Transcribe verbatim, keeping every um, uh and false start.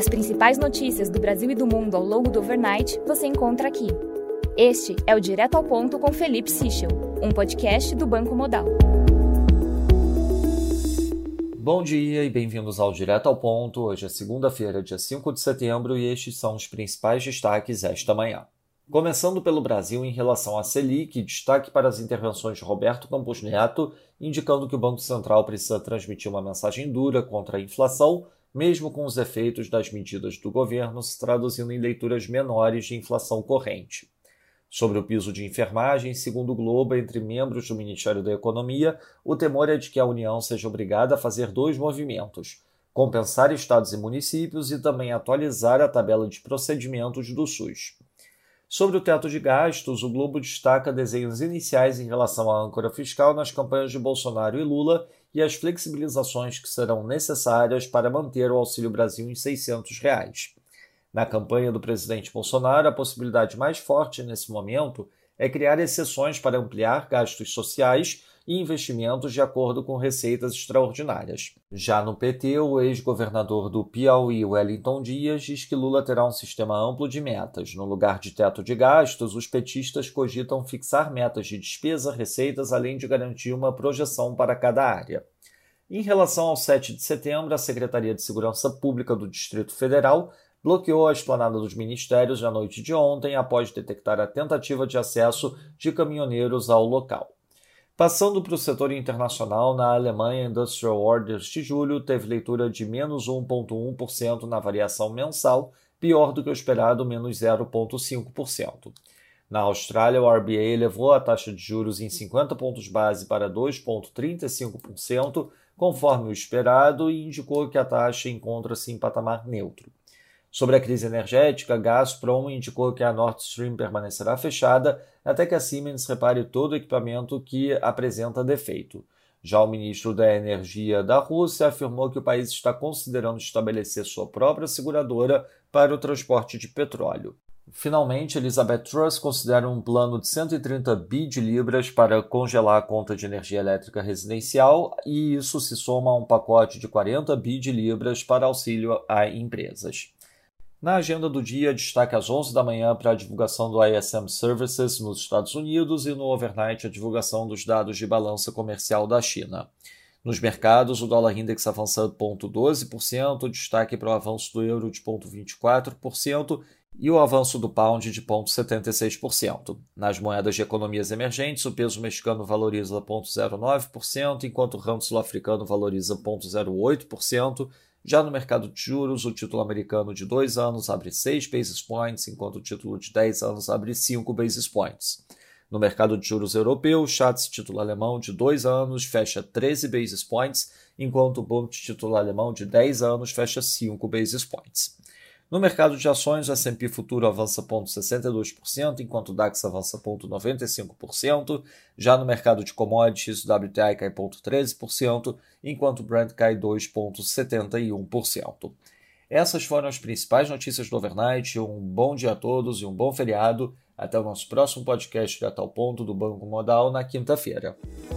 As principais notícias do Brasil e do mundo ao longo do overnight você encontra aqui. Este é o Direto ao Ponto com Felipe Sichel, um podcast do Banco Modal. Bom dia e bem-vindos ao Direto ao Ponto. Hoje é segunda-feira, dia cinco de setembro, e estes são os principais destaques esta manhã. Começando pelo Brasil em relação à Selic, destaque para as intervenções de Roberto Campos Neto, indicando que o Banco Central precisa transmitir uma mensagem dura contra a inflação, mesmo com os efeitos das medidas do governo se traduzindo em leituras menores de inflação corrente. Sobre o piso de enfermagem, segundo o Globo, entre membros do Ministério da Economia, o temor é de que a União seja obrigada a fazer dois movimentos: compensar estados e municípios e também atualizar a tabela de procedimentos do SUS. Sobre o teto de gastos, o Globo destaca desenhos iniciais em relação à âncora fiscal nas campanhas de Bolsonaro e Lula e as flexibilizações que serão necessárias para manter o Auxílio Brasil em seiscentos reais. Na campanha do presidente Bolsonaro, a possibilidade mais forte nesse momento é criar exceções para ampliar gastos sociais e investimentos de acordo com receitas extraordinárias. Já no P T, o ex-governador do Piauí, Wellington Dias, diz que Lula terá um sistema amplo de metas. No lugar de teto de gastos, os petistas cogitam fixar metas de despesa, receitas, além de garantir uma projeção para cada área. Em relação ao sete de setembro, a Secretaria de Segurança Pública do Distrito Federal bloqueou a esplanada dos ministérios na noite de ontem após detectar a tentativa de acesso de caminhoneiros ao local. Passando para o setor internacional, na Alemanha, Industrial Orders de julho teve leitura de menos um vírgula um por cento na variação mensal, pior do que o esperado, menos zero vírgula cinco por cento. Na Austrália, o R B A elevou a taxa de juros em cinquenta pontos base para dois vírgula trinta e cinco por cento, conforme o esperado, e indicou que a taxa encontra-se em patamar neutro. Sobre a crise energética, a Gazprom indicou que a Nord Stream permanecerá fechada até que a Siemens repare todo o equipamento que apresenta defeito. Já o ministro da Energia da Rússia afirmou que o país está considerando estabelecer sua própria seguradora para o transporte de petróleo. Finalmente, Elizabeth Truss considera um plano de cento e trinta bilhões de libras para congelar a conta de energia elétrica residencial, e isso se soma a um pacote de quarenta bilhões de libras para auxílio a empresas. Na agenda do dia, destaque às onze da manhã para a divulgação do I S M Services nos Estados Unidos e no overnight a divulgação dos dados de balança comercial da China. Nos mercados, o dólar index avançando zero vírgula doze por cento, destaque para o avanço do euro de zero vírgula vinte e quatro por cento e o avanço do pound de zero vírgula setenta e seis por cento. Nas moedas de economias emergentes, o peso mexicano valoriza zero vírgula zero nove por cento, enquanto o rand sul-africano valoriza zero vírgula zero oito por cento. Já no mercado de juros, o título americano de dois anos abre seis basis points, enquanto o título de dez anos abre cinco basis points. No mercado de juros europeu, o Schatz título alemão de dois anos fecha treze basis points, enquanto o Bund título alemão de dez anos fecha cinco basis points. No mercado de ações, o S and P futuro avança zero vírgula sessenta e dois por cento, enquanto o DAX avança zero vírgula noventa e cinco por cento. Já no mercado de commodities, o W T I cai zero vírgula treze por cento, enquanto o Brent cai dois vírgula setenta e um por cento. Essas foram as principais notícias do overnight. Um bom dia a todos e um bom feriado. Até o nosso próximo podcast Direto ao Ponto do Banco Modal na quinta-feira.